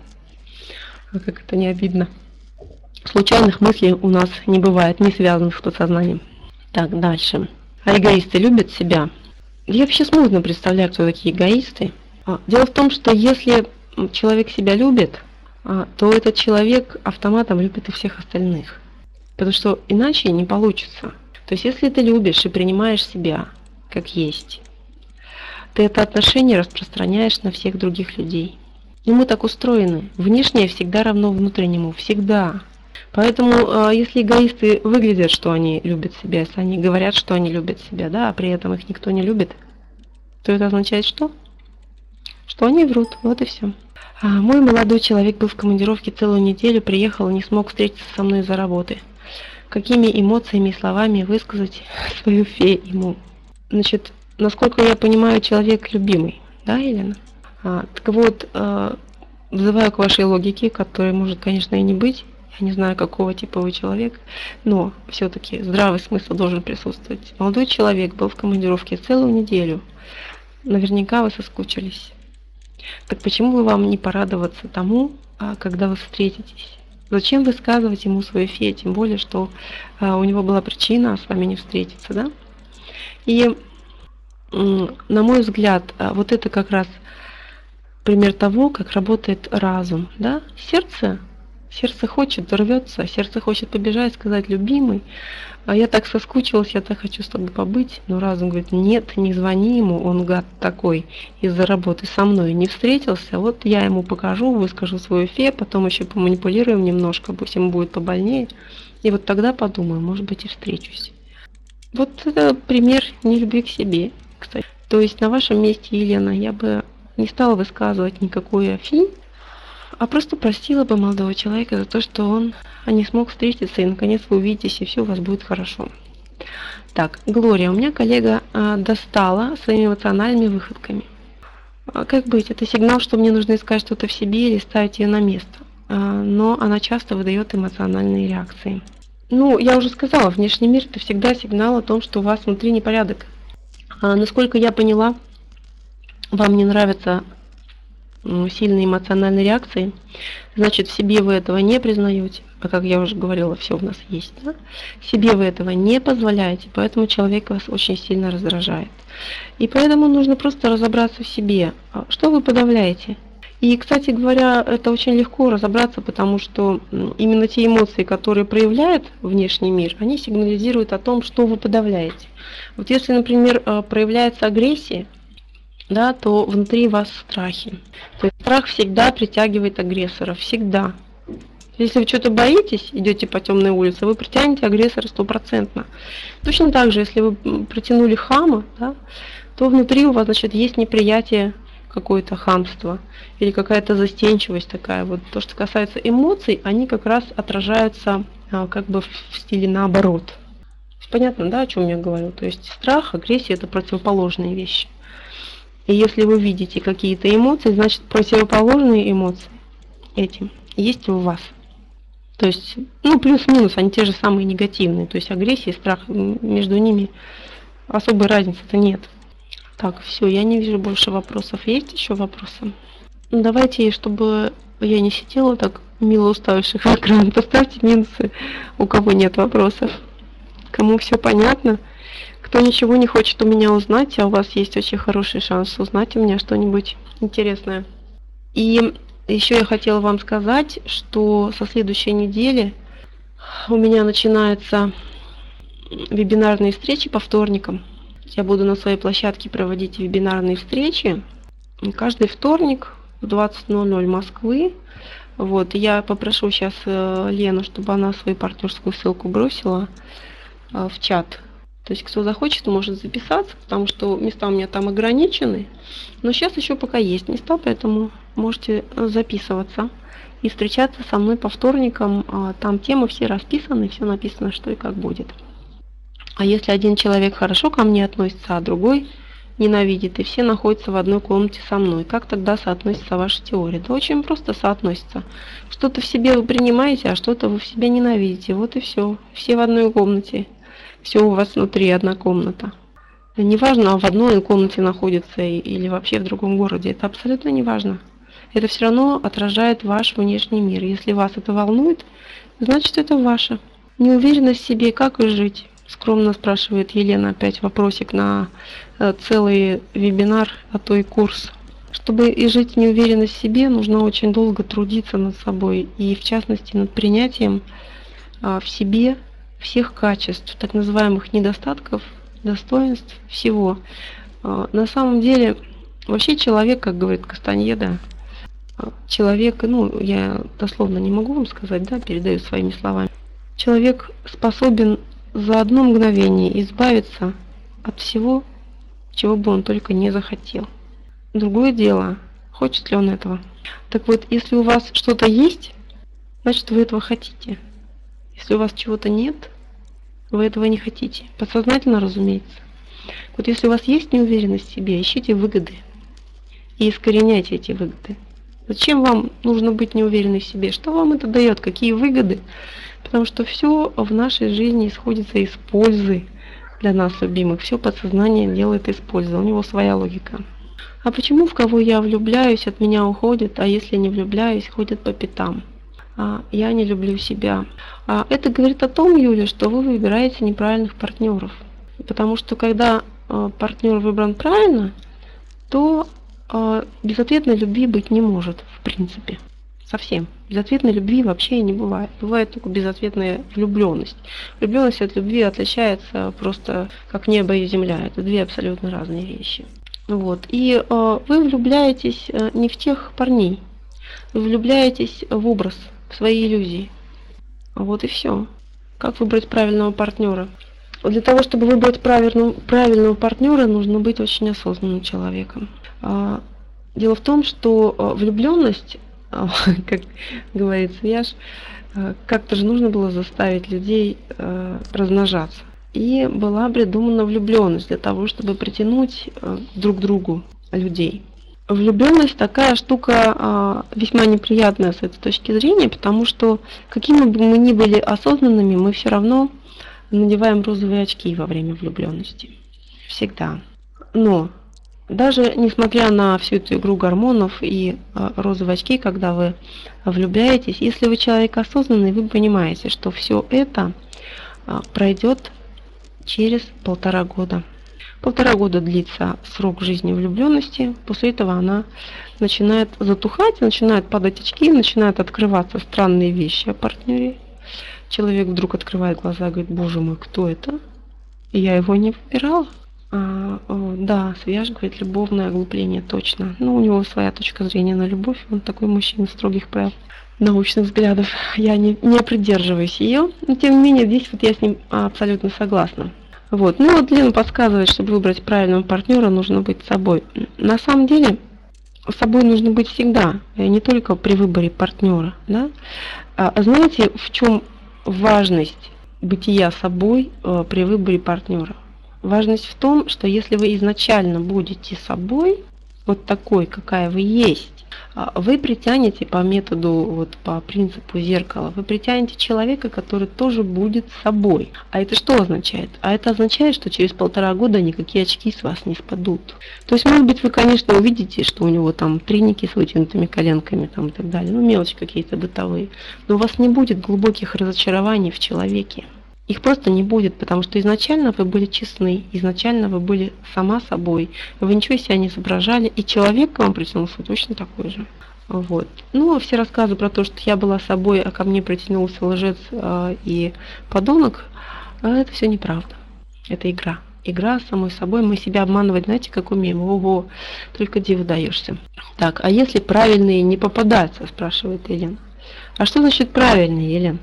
Как это не обидно. Случайных мыслей у нас не бывает, не связанных с подсознанием. Так, дальше. А эгоисты любят себя? Я вообще смутно представляю, кто такие эгоисты. Дело в том, что если человек себя любит, то этот человек автоматом любит и всех остальных. Потому что иначе не получится. То есть если ты любишь и принимаешь себя как есть, ты это отношение распространяешь на всех других людей. И мы так устроены. Внешнее всегда равно внутреннему. Всегда. Поэтому, если эгоисты выглядят, что они любят себя, если они говорят, что они любят себя, да, а при этом их никто не любит, то это означает что? Что они врут. Вот и все. А мой молодой человек был в командировке целую неделю, приехал и не смог встретиться со мной из-за работы. Какими эмоциями и словами высказать свою фе ему? Значит, насколько я понимаю, человек любимый, да, Елена? А, так вот, а, взываю к вашей логике, которой может, конечно, и не быть. Я не знаю, какого типа вы человек, но все-таки здравый смысл должен присутствовать. Молодой человек был в командировке целую неделю. Наверняка вы соскучились. Так почему бы вам не порадоваться тому, когда вы встретитесь? Зачем высказывать ему свою фе, тем более, что у него была причина с вами не встретиться, да? И, на мой взгляд, вот это как раз пример того, как работает разум, да? Сердце Сердце хочет, рвется, сердце хочет побежать, сказать: любимый, а я так соскучилась, я так хочу с тобой побыть. Но разум говорит: нет, не звони ему, он гад такой, из-за работы со мной не встретился. Вот я ему покажу, выскажу свою фе, потом еще поманипулируем немножко, пусть ему будет побольнее. И вот тогда подумаю, может быть, и встречусь. Вот это пример нелюбви к себе, кстати. То есть на вашем месте, Елена, я бы не стала высказывать никакой фи, а просто простила бы молодого человека за то, что он не смог встретиться, и наконец вы увидитесь, и все у вас будет хорошо. Так, Глория, у меня коллега а, достала своими эмоциональными выходками. А как быть? Это сигнал, что мне нужно искать что-то в себе или ставить ее на место. А, но она часто выдает эмоциональные реакции. Ну, я уже сказала, внешний мир – это всегда сигнал о том, что у вас внутри непорядок. А, насколько я поняла, вам не нравится сильные эмоциональные реакции, значит, в себе вы этого не признаете, а как я уже говорила, все в нас есть, да? Себе вы этого не позволяете, поэтому человек вас очень сильно раздражает. И поэтому нужно просто разобраться в себе, что вы подавляете. И, кстати говоря, это очень легко разобраться, потому что именно те эмоции, которые проявляет внешний мир, они сигнализируют о том, что вы подавляете. Вот если, например, проявляется агрессия, да, то внутри вас страхи. То есть страх всегда притягивает агрессора, всегда. Если вы что-то боитесь, идете по темной улице, вы притянете агрессора стопроцентно. Точно так же, если вы протянули хама, да, то внутри у вас, значит, есть неприятие какое-то хамства или какая-то застенчивость такая. Вот то, что касается эмоций, они как раз отражаются а, как бы в стиле наоборот. Понятно, да, о чем я говорю? То есть страх, агрессия – это противоположные вещи. И если вы видите какие-то эмоции, значит, противоположные эмоции этим есть у вас. То есть, ну, плюс-минус, они те же самые негативные. То есть агрессия и страх, между ними особой разницы-то нет. Так, все, я не вижу больше вопросов. Есть еще вопросы? Ну, давайте, чтобы я не сидела так мило уставивших в экран. Поставьте минусы, у кого нет вопросов. Кому все понятно. Кто ничего не хочет у меня узнать, а у вас есть очень хороший шанс узнать у меня что-нибудь интересное. И еще я хотела вам сказать, что со следующей недели у меня начинаются вебинарные встречи по вторникам. Я буду на своей площадке проводить вебинарные встречи каждый вторник в двадцать ноль ноль Москвы. Вот, я попрошу сейчас Лену, чтобы она свою партнерскую ссылку бросила в чат. То есть, кто захочет, может записаться, потому что места у меня там ограничены. Но сейчас еще пока есть места, поэтому можете записываться и встречаться со мной по вторникам. Там темы все расписаны, все написано, что и как будет. А если один человек хорошо ко мне относится, а другой ненавидит, и все находятся в одной комнате со мной, как тогда соотносится ваша теория? Да очень просто соотносится. Что-то в себе вы принимаете, а что-то вы в себе ненавидите. Вот и все. Все в одной комнате. Все у вас внутри одна комната. Неважно, в одной комнате находится или вообще в другом городе. Это абсолютно не важно. Это все равно отражает ваш внешний мир. Если вас это волнует, значит это ваше. Неуверенность в себе, как и жить? Скромно спрашивает Елена, опять вопросик на целый вебинар, а то и курс. Чтобы изжить неуверенность в себе, нужно очень долго трудиться над собой. И в частности над принятием в себе всех качеств, так называемых недостатков, достоинств, всего. На самом деле, вообще человек, как говорит Кастаньеда, человек, ну, я дословно не могу вам сказать, да, передаю своими словами. Человек способен за одно мгновение избавиться от всего, чего бы он только не захотел. Другое дело, хочет ли он этого. Так вот, если у вас что-то есть, значит, вы этого хотите. Если у вас чего-то нет, вы этого не хотите. Подсознательно, разумеется. Вот если у вас есть неуверенность в себе, ищите выгоды и искореняйте эти выгоды. Зачем вам нужно быть неуверенной в себе? Что вам это дает? Какие выгоды? Потому что все в нашей жизни исходится из пользы для нас, любимых. Все подсознание делает из пользы. У него своя логика. А почему в кого я влюбляюсь, от меня уходит, а если не влюбляюсь, ходят по пятам? А я не люблю себя. А это говорит о том, Юля, что вы выбираете неправильных партнеров. Потому что когда партнер выбран правильно, то безответной любви быть не может, в принципе. Совсем. Безответной любви вообще не бывает. Бывает только безответная влюбленность. Влюбленность от любви отличается просто как небо и земля. Это две абсолютно разные вещи. Вот. И э, вы влюбляетесь не в тех парней. Вы влюбляетесь в образ, в свои иллюзии. Вот и все. Как выбрать правильного партнера? Для того, чтобы выбрать правильного, правильного партнера, нужно быть очень осознанным человеком. Дело в том, что влюбленность, как говорит Свияж, как-то же нужно было заставить людей размножаться. И была придумана влюбленность для того, чтобы притянуть друг к другу людей. Влюбленность такая штука весьма неприятная с этой точки зрения, потому что какими бы мы ни были осознанными, мы все равно надеваем розовые очки во время влюбленности. Всегда. Но даже несмотря на всю эту игру гормонов и розовые очки, когда вы влюбляетесь, если вы человек осознанный, вы понимаете, что все это пройдет через полтора года. Полтора года длится срок жизни влюбленности, после этого она начинает затухать, начинают падать очки, начинают открываться странные вещи о партнере. Человек вдруг открывает глаза и говорит: боже мой, кто это? И я его не выбирала. А, о, да, Свияж говорит, любовное оглупление, точно. Ну, у него своя точка зрения на любовь, он такой мужчина строгих правил, научных взглядов. Я не, не придерживаюсь ее, но тем не менее здесь вот я с ним абсолютно согласна. Вот. Ну вот Лена подсказывает, чтобы выбрать правильного партнера, нужно быть собой. На самом деле, собой нужно быть всегда, не только при выборе партнера. Да? А знаете, в чем важность бытия собой э, при выборе партнера? Важность в том, что если вы изначально будете собой, вот такой, какая вы есть, вы притянете по методу, вот по принципу зеркала, вы притянете человека, который тоже будет собой. А это что означает? А это означает, что через полтора года никакие очки с вас не спадут. То есть, может быть, вы, конечно, увидите, что у него там треники с вытянутыми коленками там, и так далее, ну, мелочи какие-то бытовые, но у вас не будет глубоких разочарований в человеке. Их просто не будет, потому что изначально вы были честны, изначально вы были сама собой, вы ничего из себя не изображали, и человек к вам притянулся точно такой же. Вот. Ну, а все рассказы про то, что я была собой, а ко мне притянулся лжец э, и подонок, э, это все неправда. Это игра. Игра с самой собой. Мы себя обманывать, знаете, как умеем. Ого, только диву даешься. Так, а если правильные не попадаются, спрашивает Елена. А что значит правильные, Елена?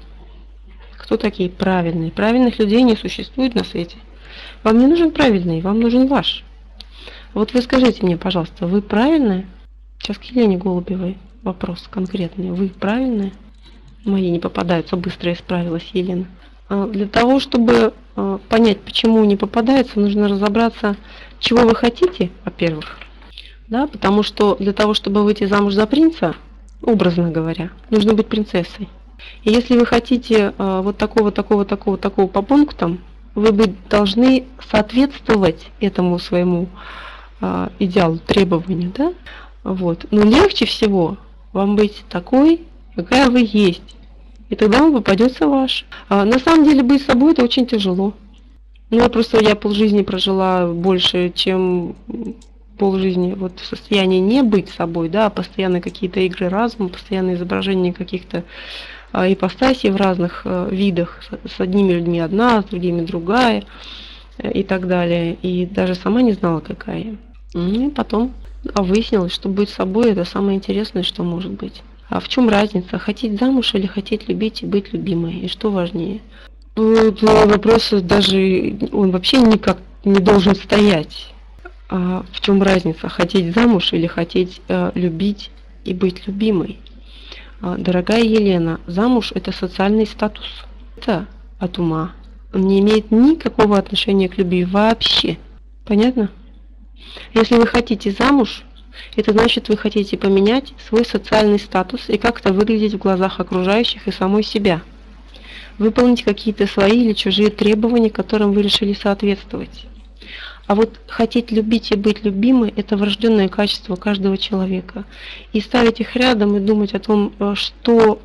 Кто такие правильные? Правильных людей не существует на свете. Вам не нужен правильный, вам нужен ваш. Вот вы скажите мне, пожалуйста, вы правильные? Сейчас к Елене Голубевой вопрос конкретный. Вы правильные? Мои не попадаются, быстро исправилась Елена. Для того, чтобы понять, почему не попадаются, нужно разобраться, чего вы хотите, во-первых. Да, потому что для того, чтобы выйти замуж за принца, образно говоря, нужно быть принцессой. И если вы хотите э, вот такого, такого, такого, такого по пунктам, вы бы должны соответствовать этому своему э, идеалу, требованию, да? Вот. Но легче всего вам быть такой, какая вы есть. И тогда вам попадется ваш. А на самом деле быть собой это очень тяжело. Ну, я просто я полжизни прожила больше, чем полжизни вот в состоянии не быть собой, да, а постоянно какие-то игры разума, постоянное изображение каких-то ипостасей в разных э, видах, с одними людьми одна, с другими другая э, и так далее. И даже сама не знала, какая я. И потом а выяснилось, что быть собой это самое интересное, что может быть. А в чем разница? Хотеть замуж или хотеть любить и быть любимой? И что важнее? Ну, вопрос даже, он вообще никак не должен стоять. А в чем разница? Хотеть замуж или хотеть э, любить и быть любимой? Дорогая Елена, замуж – это социальный статус. Это от ума. Он не имеет никакого отношения к любви вообще. Понятно? Если вы хотите замуж, это значит, вы хотите поменять свой социальный статус и как-то выглядеть в глазах окружающих и самой себя. Выполнить какие-то свои или чужие требования, которым вы решили соответствовать. А вот хотеть любить и быть любимой – это врожденное качество каждого человека. И ставить их рядом и думать о том, что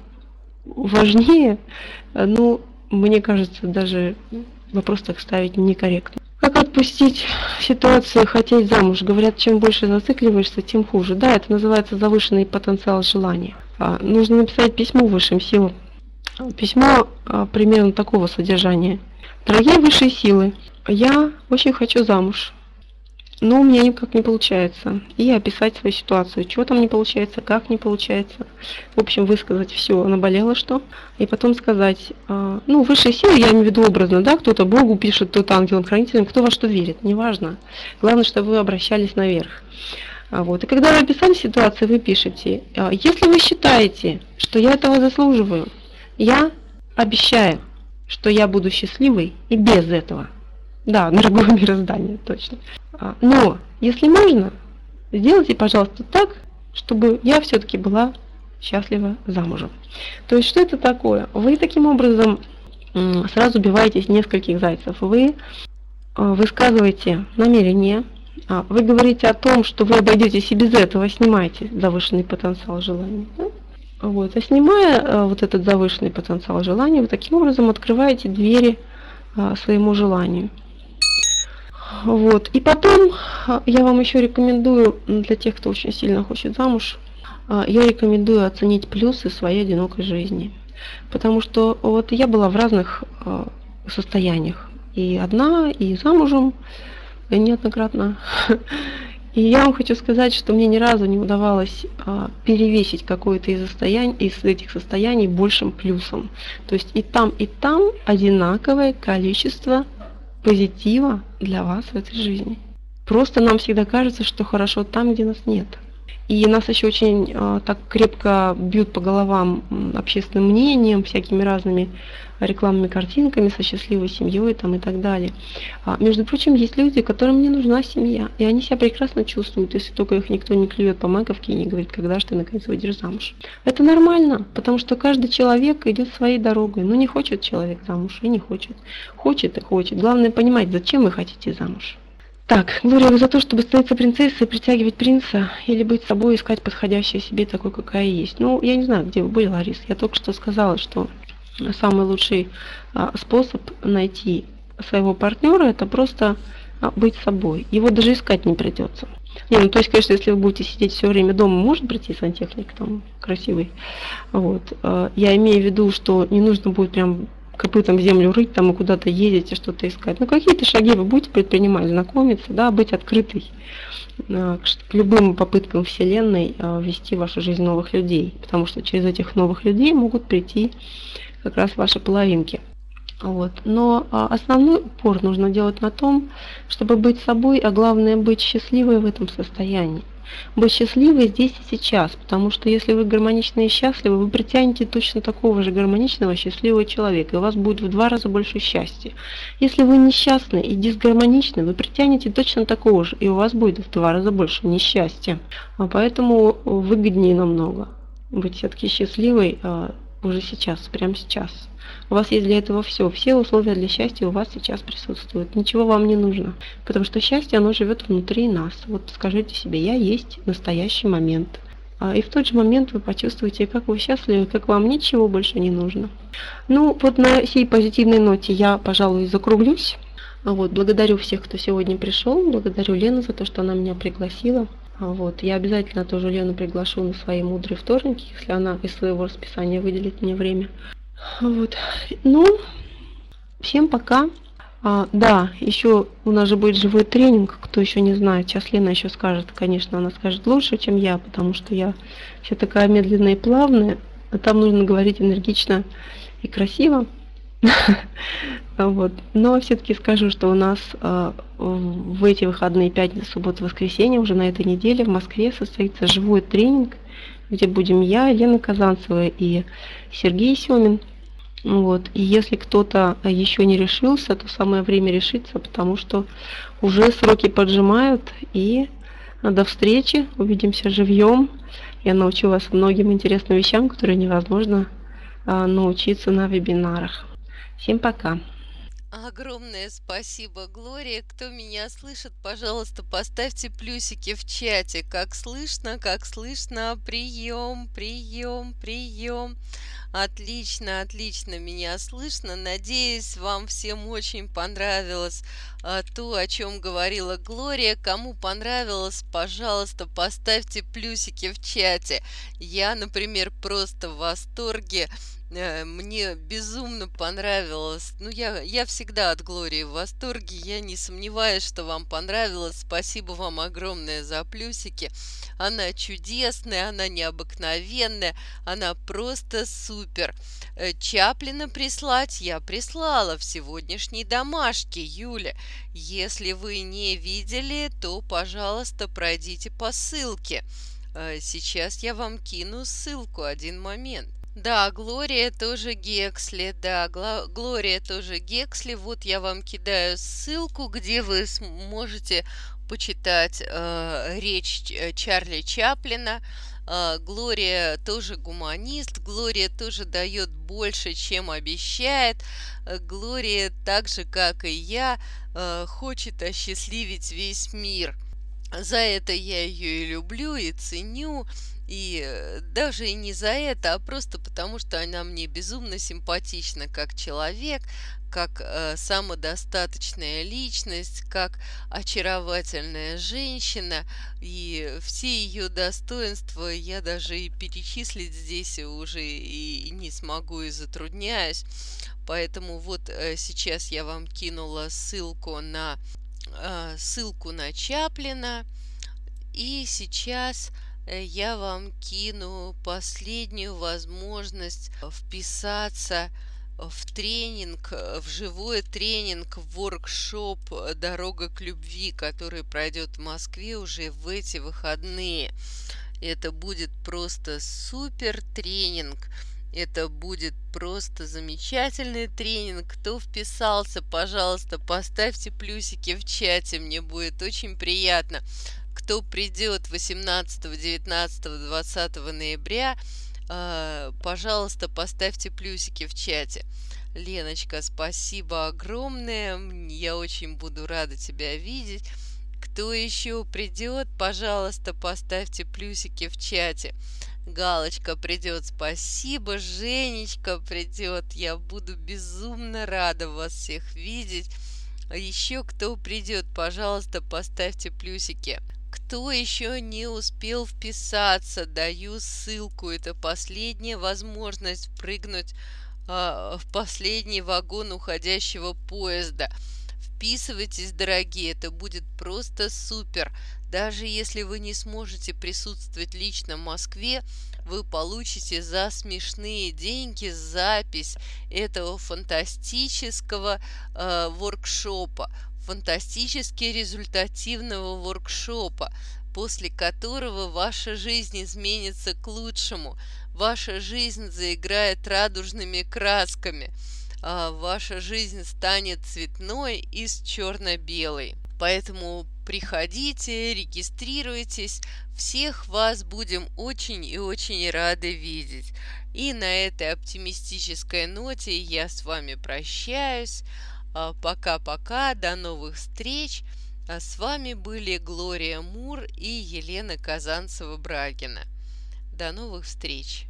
важнее, ну, мне кажется, даже вопрос так ставить некорректно. Как отпустить ситуацию хотеть замуж? Говорят, чем больше зацикливаешься, тем хуже. Да, это называется завышенный потенциал желания. Нужно написать письмо высшим силам. Письмо примерно такого содержания. Дорогие высшие силы, я очень хочу замуж, но у меня никак не получается. И описать свою ситуацию, что там не получается, как не получается. В общем, высказать все, наболело что. И потом сказать, ну, высшие силы, я имею в виду образно, да, кто-то Богу пишет, кто-то ангелам-хранителям, кто во что верит, неважно. Главное, чтобы вы обращались наверх. Вот. И когда вы описали ситуацию, вы пишете, если вы считаете, что я этого заслуживаю, я обещаю, что я буду счастливой и без этого. Да, дорогое мироздание, точно. Но, если можно, сделайте, пожалуйста, так, чтобы я все-таки была счастлива замужем. То есть, что это такое? Вы таким образом сразу убиваете нескольких зайцев. Вы высказываете намерение, вы говорите о том, что вы обойдетесь и без этого, снимаете завышенный потенциал желания. Да? Вот. А снимая вот этот завышенный потенциал желания, вы таким образом открываете двери своему желанию. Вот. И потом я вам еще рекомендую, для тех, кто очень сильно хочет замуж, я рекомендую оценить плюсы своей одинокой жизни. Потому что вот я была в разных состояниях. И одна, и замужем неоднократно. И я вам хочу сказать, что мне ни разу не удавалось перевесить какое-то из, из этих состояний большим плюсом. То есть и там, и там одинаковое количество позитива для вас в этой жизни. Просто нам всегда кажется, что хорошо там, где нас нет. И нас еще очень э, так крепко бьют по головам м, общественным мнением, всякими разными рекламными картинками со счастливой семьей там, и так далее. А, между прочим, есть люди, которым не нужна семья, и они себя прекрасно чувствуют, если только их никто не клюет по маковке и не говорит, когда же ты наконец выйдешь замуж. Это нормально, потому что каждый человек идет своей дорогой. Ну не хочет человек замуж и не хочет. Хочет и хочет. Главное понимать, зачем вы хотите замуж. Так, Глория, вы за то, чтобы становиться принцессой, притягивать принца, или быть собой, искать подходящее себе такой, какая есть? Ну, я не знаю, где вы были, Ларис. Я только что сказала, что самый лучший а, способ найти своего партнера – это просто а, быть собой. Его даже искать не придется. Не, ну то есть, конечно, если вы будете сидеть все время дома, может прийти сантехник там красивый. Вот. А, я имею в виду, что не нужно будет прям копытом землю рыть там и куда-то ездить и что-то искать. Ну, какие-то шаги вы будете предпринимать, знакомиться, да, быть открытой к любым попыткам Вселенной ввести в вашу жизнь новых людей, потому что через этих новых людей могут прийти как раз ваши половинки. Вот. Но основной упор нужно делать на том, чтобы быть собой, а главное быть счастливой в этом состоянии. Быть счастливой здесь и сейчас, потому что если вы гармоничны и счастливы, вы притянете точно такого же гармоничного, счастливого человека, и у вас будет в два раза больше счастья. Если вы несчастны и дисгармоничны, вы притянете точно такого же, и у вас будет в два раза больше несчастья. А поэтому выгоднее намного быть все-таки счастливой уже сейчас, прямо сейчас. У вас есть для этого все. Все условия для счастья у вас сейчас присутствуют. Ничего вам не нужно. Потому что счастье, оно живет внутри нас. Вот скажите себе, я есть настоящий момент. И в тот же момент вы почувствуете, как вы счастливы, как вам ничего больше не нужно. Ну, вот на сей позитивной ноте я, пожалуй, закруглюсь. Вот, благодарю всех, кто сегодня пришел. Благодарю Лену за то, что она меня пригласила. Вот, я обязательно тоже Лену приглашу на свои мудрые вторники, если она из своего расписания выделит мне время. Вот. Ну, всем пока. А, да, еще у нас же будет живой тренинг, кто еще не знает. Сейчас Лена еще скажет, конечно, она скажет лучше, чем я, потому что я вся такая медленная и плавная, а там нужно говорить энергично и красиво. Вот. Но все-таки скажу, что у нас э, в эти выходные, пятница, суббота, воскресенье, уже на этой неделе в Москве состоится живой тренинг, где будем я, Елена Казанцева и Сергей Семин. Вот. И если кто-то еще не решился, то самое время решиться, потому что уже сроки поджимают. И до встречи, увидимся живьем. Я научу вас многим интересным вещам, которые невозможно э, научиться на вебинарах. Всем пока. Огромное спасибо, Глория. Кто меня слышит, пожалуйста, поставьте плюсики в чате. Как слышно, как слышно. Прием, прием, прием. Отлично, отлично меня слышно. Надеюсь, вам всем очень понравилось а, то, о чем говорила Глория. Кому понравилось, пожалуйста, поставьте плюсики в чате. Я, например, просто в восторге. Мне безумно понравилось. Ну, я, я всегда от Глории в восторге. Я не сомневаюсь, что вам понравилось. Спасибо вам огромное за плюсики. Она чудесная, она необыкновенная, она просто супер. Чаплина прислать я прислала в сегодняшней домашке, Юля. Если вы не видели, то, пожалуйста, пройдите по ссылке. Сейчас я вам кину ссылку, один момент. Да, Глория тоже Гексли, да, Глория тоже Гексли. Вот я вам кидаю ссылку, где вы сможете почитать э, речь Чарли Чаплина. Э, Глория тоже гуманист, Глория тоже дает больше, чем обещает. Э, Глория, так же, как и я, э, хочет осчастливить весь мир. За это я ее и люблю, и ценю. И даже и не за это, а просто потому, что она мне безумно симпатична как человек, как э, самодостаточная личность, как очаровательная женщина. И все ее достоинства я даже и перечислить здесь уже и не смогу, и затрудняюсь. Поэтому вот э, сейчас я вам кинула ссылку на, э, ссылку на Чаплина. И сейчас я вам кину последнюю возможность вписаться в тренинг, в живой тренинг, в воркшоп «Дорога к любви», который пройдет в Москве уже в эти выходные. Это будет просто супер тренинг. Это будет просто замечательный тренинг. Кто вписался, пожалуйста, поставьте плюсики в чате. Мне будет очень приятно. Кто придет восемнадцатого, девятнадцатого, двадцатого ноября, пожалуйста, поставьте плюсики в чате. Леночка, спасибо огромное. Я очень буду рада тебя видеть. Кто еще придет, пожалуйста, поставьте плюсики в чате. Галочка придет, спасибо. Женечка придет. Я буду безумно рада вас всех видеть. Еще кто придет, пожалуйста, поставьте плюсики. Кто еще не успел вписаться, даю ссылку. Это последняя возможность прыгнуть э, в последний вагон уходящего поезда. Вписывайтесь, дорогие, это будет просто супер. Даже если вы не сможете присутствовать лично в Москве, вы получите за смешные деньги запись этого фантастического э, воркшопа, фантастически результативного воркшопа, после которого ваша жизнь изменится к лучшему, ваша жизнь заиграет радужными красками, а ваша жизнь станет цветной и с черно-белой. Поэтому приходите, регистрируйтесь, всех вас будем очень и очень рады видеть. И на этой оптимистической ноте я с вами прощаюсь. Пока-пока, до новых встреч. С вами были Глория Мур и Елена Казанцева-Брагина. До новых встреч.